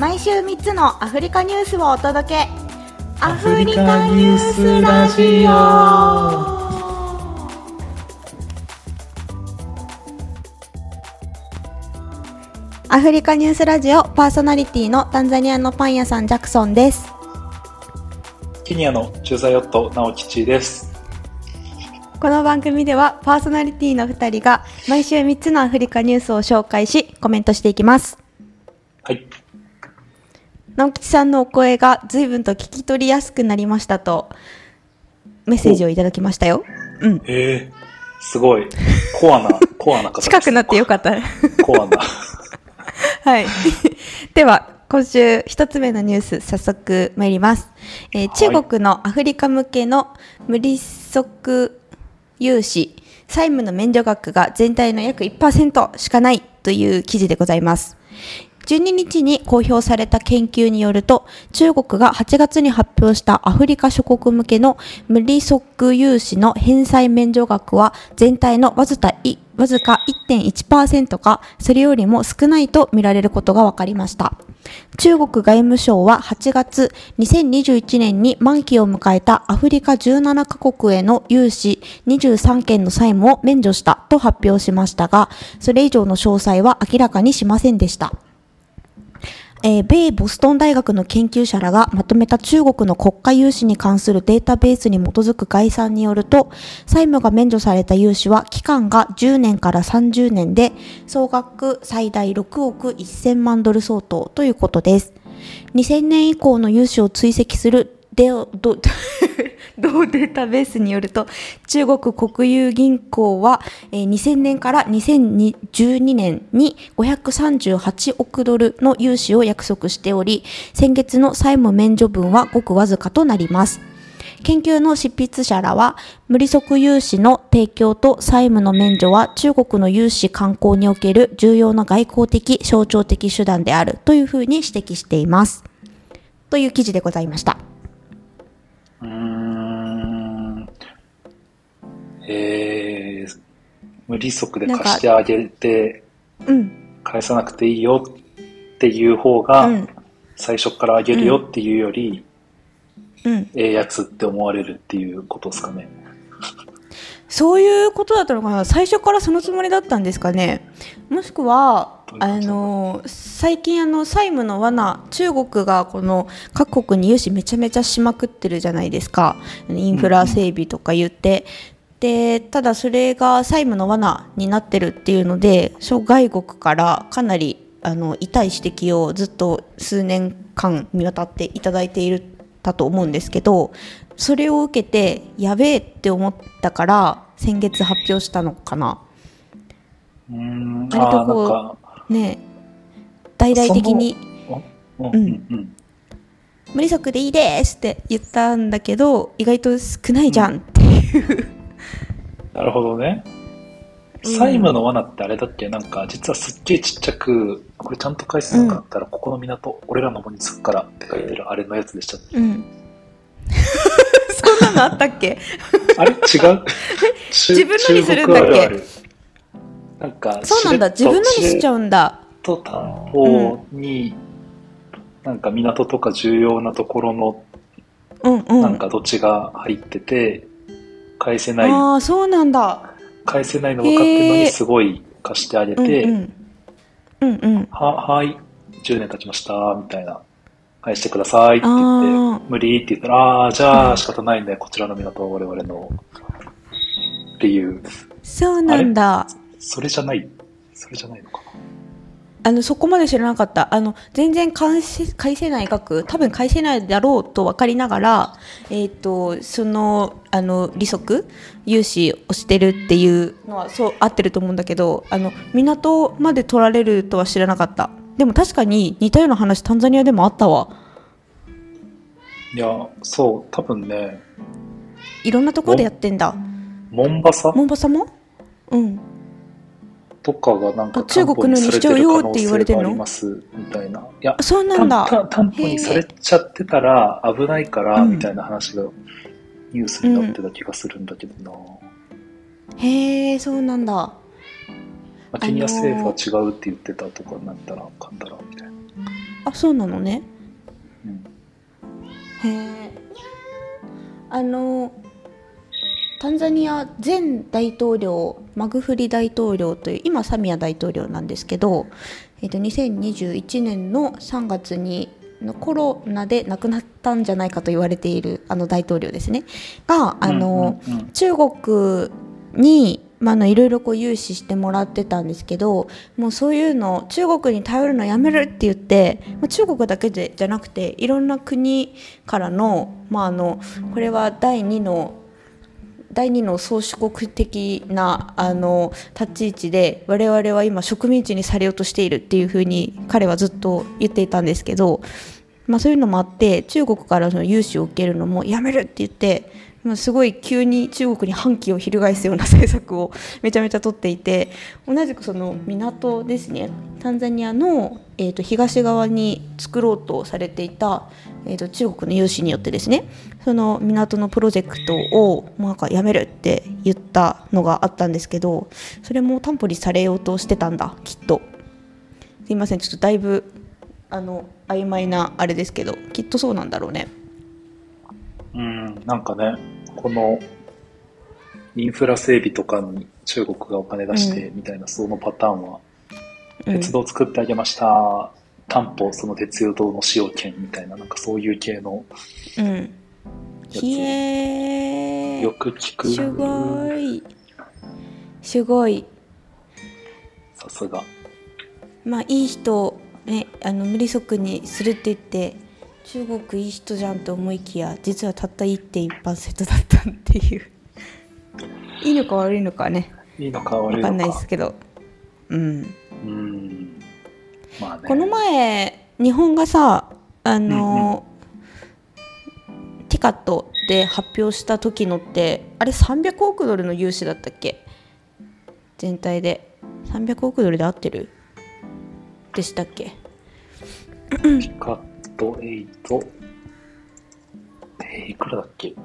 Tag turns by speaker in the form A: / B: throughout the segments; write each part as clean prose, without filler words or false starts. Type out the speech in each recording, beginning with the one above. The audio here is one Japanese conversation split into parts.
A: 毎週3つのアフリカニュースをお届け。アフリカニュースラジオ。アフリカニュースラジオパーソナリティのタンザニアのパン屋さんジャクソンです。
B: ケニアの駐在夫直吉です。
A: この番組ではパーソナリティの2人が毎週3つのアフリカニュースを紹介しコメントしていきます。
B: はい。
A: 直吉さんのお声が随分と聞き取りやすくなりましたとメッセージをいただきましたよ。うん。
B: すごいコアな方です。
A: 近くなってよかった。
B: コアな。
A: はい。では今週一つ目のニュース早速参ります。中国のアフリカ向けの無利息融資債務の免除額が全体の約 1% しかないという記事でございます。12日に公表された研究によると、中国が8月に発表したアフリカ諸国向けの無利息融資の返済免除額は全体のわずか 1.1% か、それよりも少ないと見られることが分かりました。中国外務省は8月、2021年に満期を迎えたアフリカ17カ国への融資23件の債務を免除したと発表しましたが、それ以上の詳細は明らかにしませんでした。米ボストン大学の研究者らがまとめた中国の国家融資に関するデータベースに基づく概算によると、債務が免除された融資は期間が10年から30年で、総額最大6億1000万ドル相当ということです。2000年以降の融資を追跡する同データベースによると、中国国有銀行は2000年から2012年に538億ドルの融資を約束しており、先月の債務免除分はごくわずかとなります。研究の執筆者らは、無利息融資の提供と債務の免除は中国の融資慣行における重要な外交的象徴的手段であるというふうに指摘しています。という記事でございました。
B: 無利息で貸してあげて、返さなくていいよっていう方が、最初からあげるよっていうより、やつって思われるっていうことですかね。
A: そういうことだったのかな。最初からそのつもりだったんですかね。もしくは最近債務の罠、中国がこの各国に融資めちゃめちゃしまくってるじゃないですか。インフラ整備とか言って、でただそれが債務の罠になってるっていうので、諸外国からかなり痛い指摘をずっと数年間にわたっていただいていると思うんですけど、それを受けてやべえって思ったから先月発表したのかな。割とこうね、大々的に無利息でいいですって言ったんだけど、意外と少ないじゃんっていう
B: なるほどね。債務の罠ってあれだっけ、なんか実はすっげえちっちゃく、これちゃんと返せなかったら、ここの港俺らのものに着くからって書いてるあれのやつでしたっけ。
A: そんなのあったっけ
B: あれ違う
A: 自分のにするんだっけ。
B: なんか
A: そうなんだ、自分のにしちゃうんだ。
B: と他方に、なんか港とか重要なところの、なんか土地が入ってて返せない。
A: ああ、そうなんだ。
B: 返せないの分かってるのにすごい貸してあげて、はい、10年経ちましたみたいな、返してくださいって言って、無理って言ったら、じゃあ仕方ないんで、こちらの港は我々のっていう。
A: そうなんだ。
B: それじゃないのか
A: な。そこまで知らなかった。全然返せない額、多分返せないだろうと分かりながら、その利息融資をしてるっていうのはそう合ってると思うんだけど、港まで取られるとは知らなかった。でも確かに似たような話タンザニアでもあったわ。
B: いや、そう多分ね、
A: いろんなところでやってんだ。
B: モンバサ
A: も
B: とかがなんか
A: 中国のにしちゃうよって言われてるの？
B: 担保にされてる可能性がありますみたいな。いや、
A: そうなんだ。
B: 担保にされちゃってたら危ないからみたいな話がニュースになってた気がするんだけどな。
A: へえ、そうなんだ。
B: ケニア政府は違うって言ってたとかなんたらかんたらみたいな。
A: あ、そうなのね。
B: うん、
A: へえ。タンザニア前大統領マグフリ大統領という、今サミア大統領なんですけど、2021年の3月にコロナで亡くなったんじゃないかと言われている大統領ですねが、中国にいろいろ融資してもらってたんですけど、もうそういうの中国に頼るのやめるって言って、中国だけじゃなくていろんな国からの、これは第2の宗主国的な立ち位置で、我々は今植民地にされようとしているっていうふうに彼はずっと言っていたんですけど、そういうのもあって中国からその融資を受けるのもやめるって言って、すごい急に中国に反旗を翻すような政策をめちゃめちゃ取っていて、同じくその港ですね、タンザニアの、東側に作ろうとされていた、中国の融資によってですね、その港のプロジェクトをやめるって言ったのがあったんですけど、それも担保にされようとしてたんだきっと。すいません、ちょっとだいぶ曖昧なあれですけど、きっとそうなんだろうね。
B: なんかね、このインフラ整備とかに中国がお金出してみたいな、そのパターンは、鉄道作ってあげました、担保その鉄道の使用権みたいな、なんかそういう系のやつ、よく聞く。
A: すごい
B: さすが。
A: いい人ね、無利息にするって言って中国いい人じゃんと思いきや、実はたった 1.1% だったっていう。いいのか悪いのかね、
B: いいのか悪いのか分
A: かんないですけど、
B: こ
A: の前日本がさティカットで発表した時のって、あれ300億ドルの融資だったっけ？全体で300億ドルで合ってるでしたっけ？
B: ティカット8、いくらだっけ？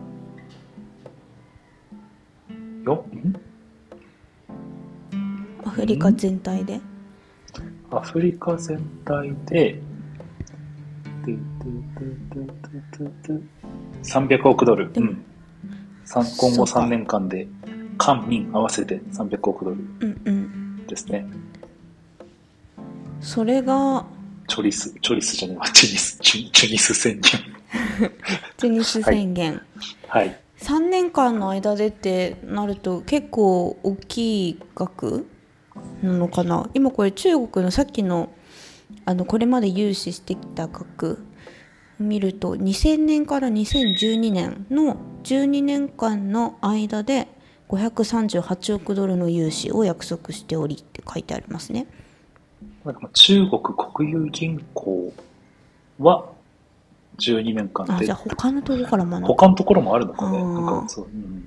A: アフリカ全体で
B: アフリカ全体で300億ドル、今後3年間で官民合わせて300億ドルですね。
A: それが
B: チュニス宣言
A: チュニス宣言、
B: はい、
A: 3年間の間でってなると結構大きい額なのかな。今これ中国のさっきのこれまで融資してきた額見ると、2000年から2012年の12年間の間で538億ドルの融資を約束しておりって書いてありますね。
B: 中国国有銀行は12年間で。
A: じゃあ他のところからも
B: 他のところもあるのかね。なんかそう、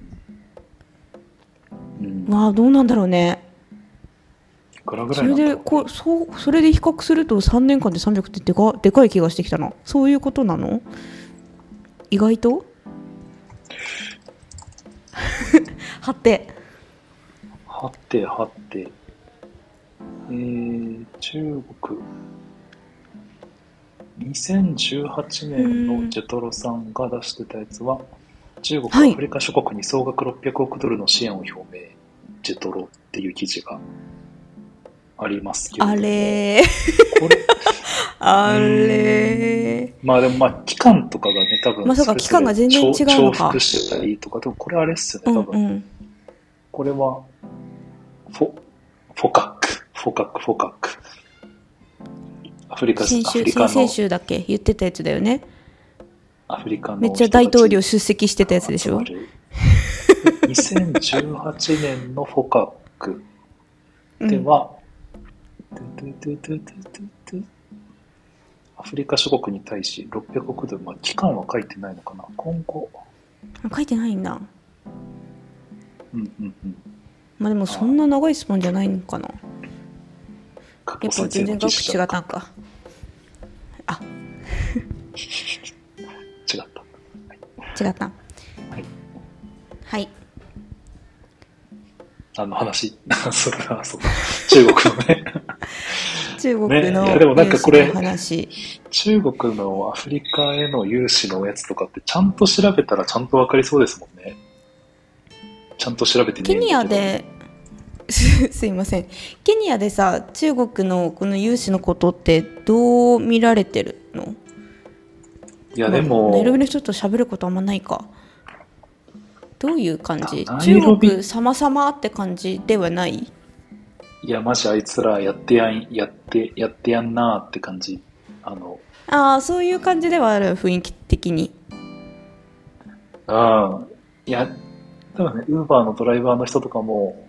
A: どうなんだろうね。
B: いくらぐらいなんだろうね。
A: それで比較すると3年間で300ってでかい気がしてきたな。そういうことなの？意外とはって
B: 中国2018年のジェトロさんが出してたやつは、中国はアフリカ諸国に総額600億ドルの支援を表明、ジェトロっていう記事がありますけど、
A: あれ
B: でも期間とかがね、多分
A: そうか、期間が全然違うのか。
B: 重複してたりとか、でもこれあれっすよね、多分。これはフォカック。アフリカ
A: 先々週だっけ言ってたやつだよね。
B: アフリカの
A: めっちゃ大統領出席してたやつでしょ。
B: 2018年のフォカックでは、アフリカ諸国に対し600億ドル、期間は書いてないのかな。今後
A: 書いてないんだ。でもそんな長いスパンじゃないのかな。やっぱ全然額違ったんか。違った。
B: 何の話それはそうか。中国のね。
A: 中国の
B: ね、いやでもなんかこれ
A: 話、
B: 中国のアフリカへの融資のやつとかってちゃんと調べたらちゃんとわかりそうですもんね。ちゃんと調べてね。
A: ケニアですいません。ケニアでさ、中国のこの融資のことってどう見られてるの？
B: いやでも、
A: ナイロビの人と喋ることあんまないか。どういう感じ？中国様々って感じではない？
B: いやマジあいつらやってやんなーって感じ。
A: そういう感じではある、雰囲気的に。
B: いや多分ね、ウーバーのドライバーの人とかも、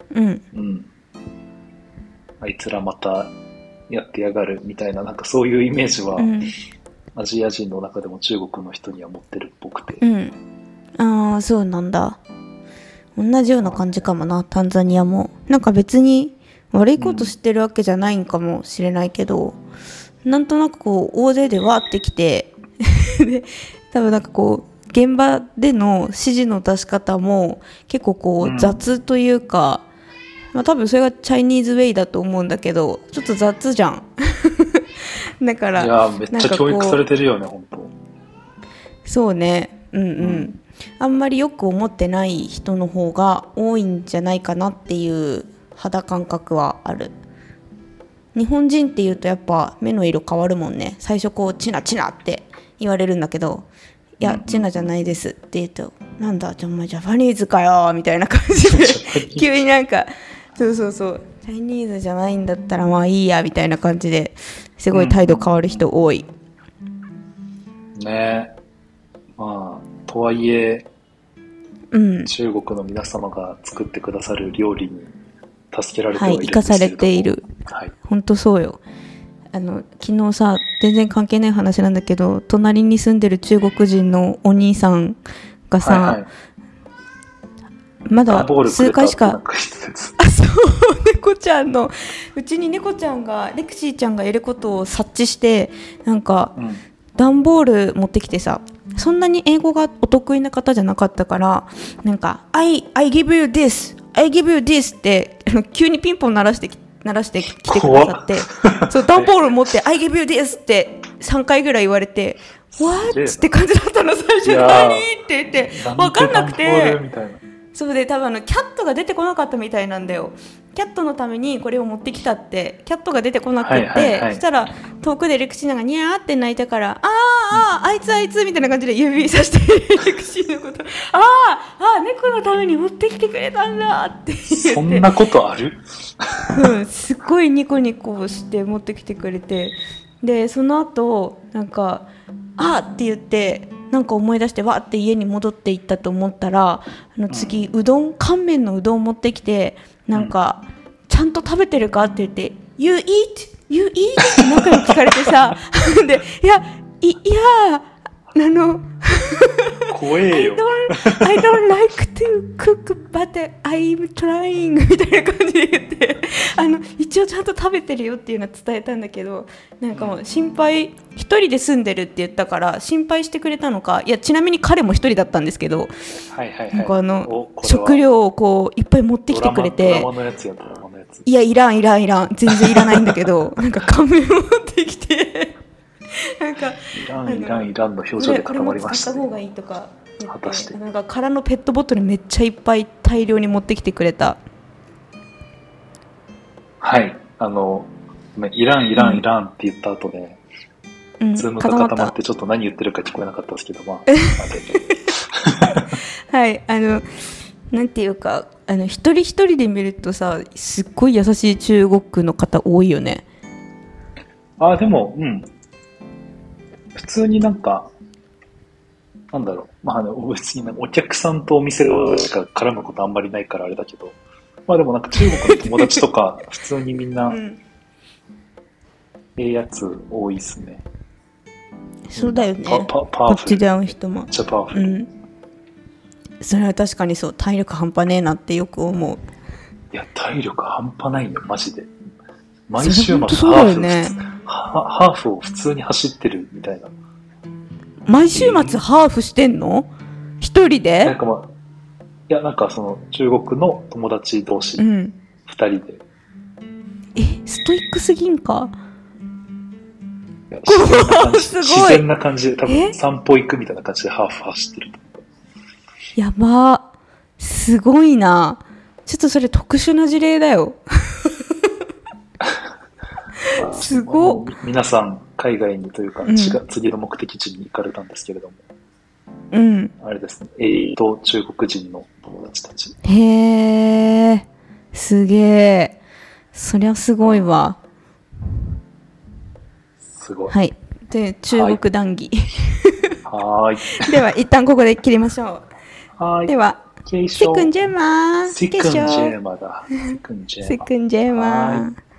B: あいつらまたやってやがるみたいな、なんかそういうイメージは、アジア人の中でも中国の人には持ってるっぽくて。
A: そうなんだ。同じような感じかもな、タンザニアも。なんか別に悪いことしてるわけじゃないんかもしれないけど、なんとなくこう大勢でわーってきてで、多分なんかこう現場での指示の出し方も結構こう雑というか、多分それがチャイニーズウェイだと思うんだけど、ちょっと雑じゃんだから
B: いやめっちゃ教育されてるよね、本当。
A: そうね、あんまりよく思ってない人の方が多いんじゃないかなっていう肌感覚はある。日本人っていうとやっぱ目の色変わるもんね。最初こうチナチナって言われるんだけど、いやチナじゃないですって言うと、なんだじゃあお前ジャパニーズかよみたいな感じで急になんかそうチャイニーズじゃないんだったらまあいいやみたいな感じですごい態度変わる人多い、
B: ねえ。まあとはいえ、中国の皆様が作ってくださる料理に助けられてはいるんですけれども、
A: 生かされている、本当そうよ。昨日さ、全然関係ない話なんだけど、隣に住んでる中国人のお兄さんがさ、まだ数回しか猫ちゃんのうちに猫ちゃんがレクシーちゃんがいることを察知して、なんか、段ボール持ってきてさ、そんなに英語がお得意な方じゃなかったから、なんか I give you this I give you this って急にピンポン鳴らしてきてくださってそう段ボール持って I give you this って3回ぐらい言われて What? って感じだったの。最初何って言って分かんなくて、そうで多分キャットが出てこなかったみたいなんだよ。キャットのためにこれを持ってきたってキャットが出てこなくて、そしたら遠くでレクシーナがニャーって泣いたから、あいつみたいな感じで指さしてレクシーのこと猫のために持ってきてくれたんだって言って、
B: そんなことある
A: すっごいニコニコして持ってきてくれて、でその後なんかって言ってなんか思い出してわって家に戻っていったと思ったら、次乾麺のうどん持ってきて、なんかちゃんと食べてるかって言って You eat? って仲良く聞かれてさでいや
B: 怖えよ
A: I don't like to cook but I'm trying みたいな感じで言って一応ちゃんと食べてるよっていうのは伝えたんだけど、なんかもう心配、一人で住んでるって言ったから心配してくれたのか、いやちなみに彼も一人だったんですけど、なんか食料をこういっぱい持ってきてくれて、いやいらん全然いらないんだけどなんか乾麺持ってきてなんか
B: いらんの表情で固まりましたね。
A: これも使った方がいいとか言って、なんか空のペットボトルめっちゃいっぱい大量に持ってきてくれた。
B: はい、いらんって言った後で、ズームが固まってちょっと何言ってるか聞こえなかったですけど、
A: はい、なんていうか一人一人で見るとさ、すっごい優しい中国の方多いよね。
B: でも普通になんかなんだろう、別にお客さんとお店側しか絡むことあんまりないからあれだけど、でもなんか中国の友達とか普通にみんなやつ多いっすね。
A: そうだよね。こっちで会う人もめっちゃパワフル、それは確かにそう。体力半端ねえなってよく思う。
B: いや体力半端ないよマジで。毎週末ハーフを普通に走ってるみたいな。
A: 毎週末ハーフしてんの？一人で？
B: なんかその中国の友達同士、2人で。
A: ストイックすぎんか。
B: 自然な感じで、多分散歩行くみたいな感じでハーフ走ってる。
A: やば。すごいな。ちょっとそれ特殊な事例だよ。すごっ。
B: 皆さん海外にというか、次の目的地に行かれたんですけれども、あれですね、中国人の友達たち。
A: へー、すげえ。そりゃすごいわ。
B: すごい。
A: はい。で、中国談義。
B: はい。
A: では、一旦ここで切りましょう。
B: はい。
A: では、
B: セ
A: クンジェマー。
B: セクンジェマだ。
A: セクンジェマー。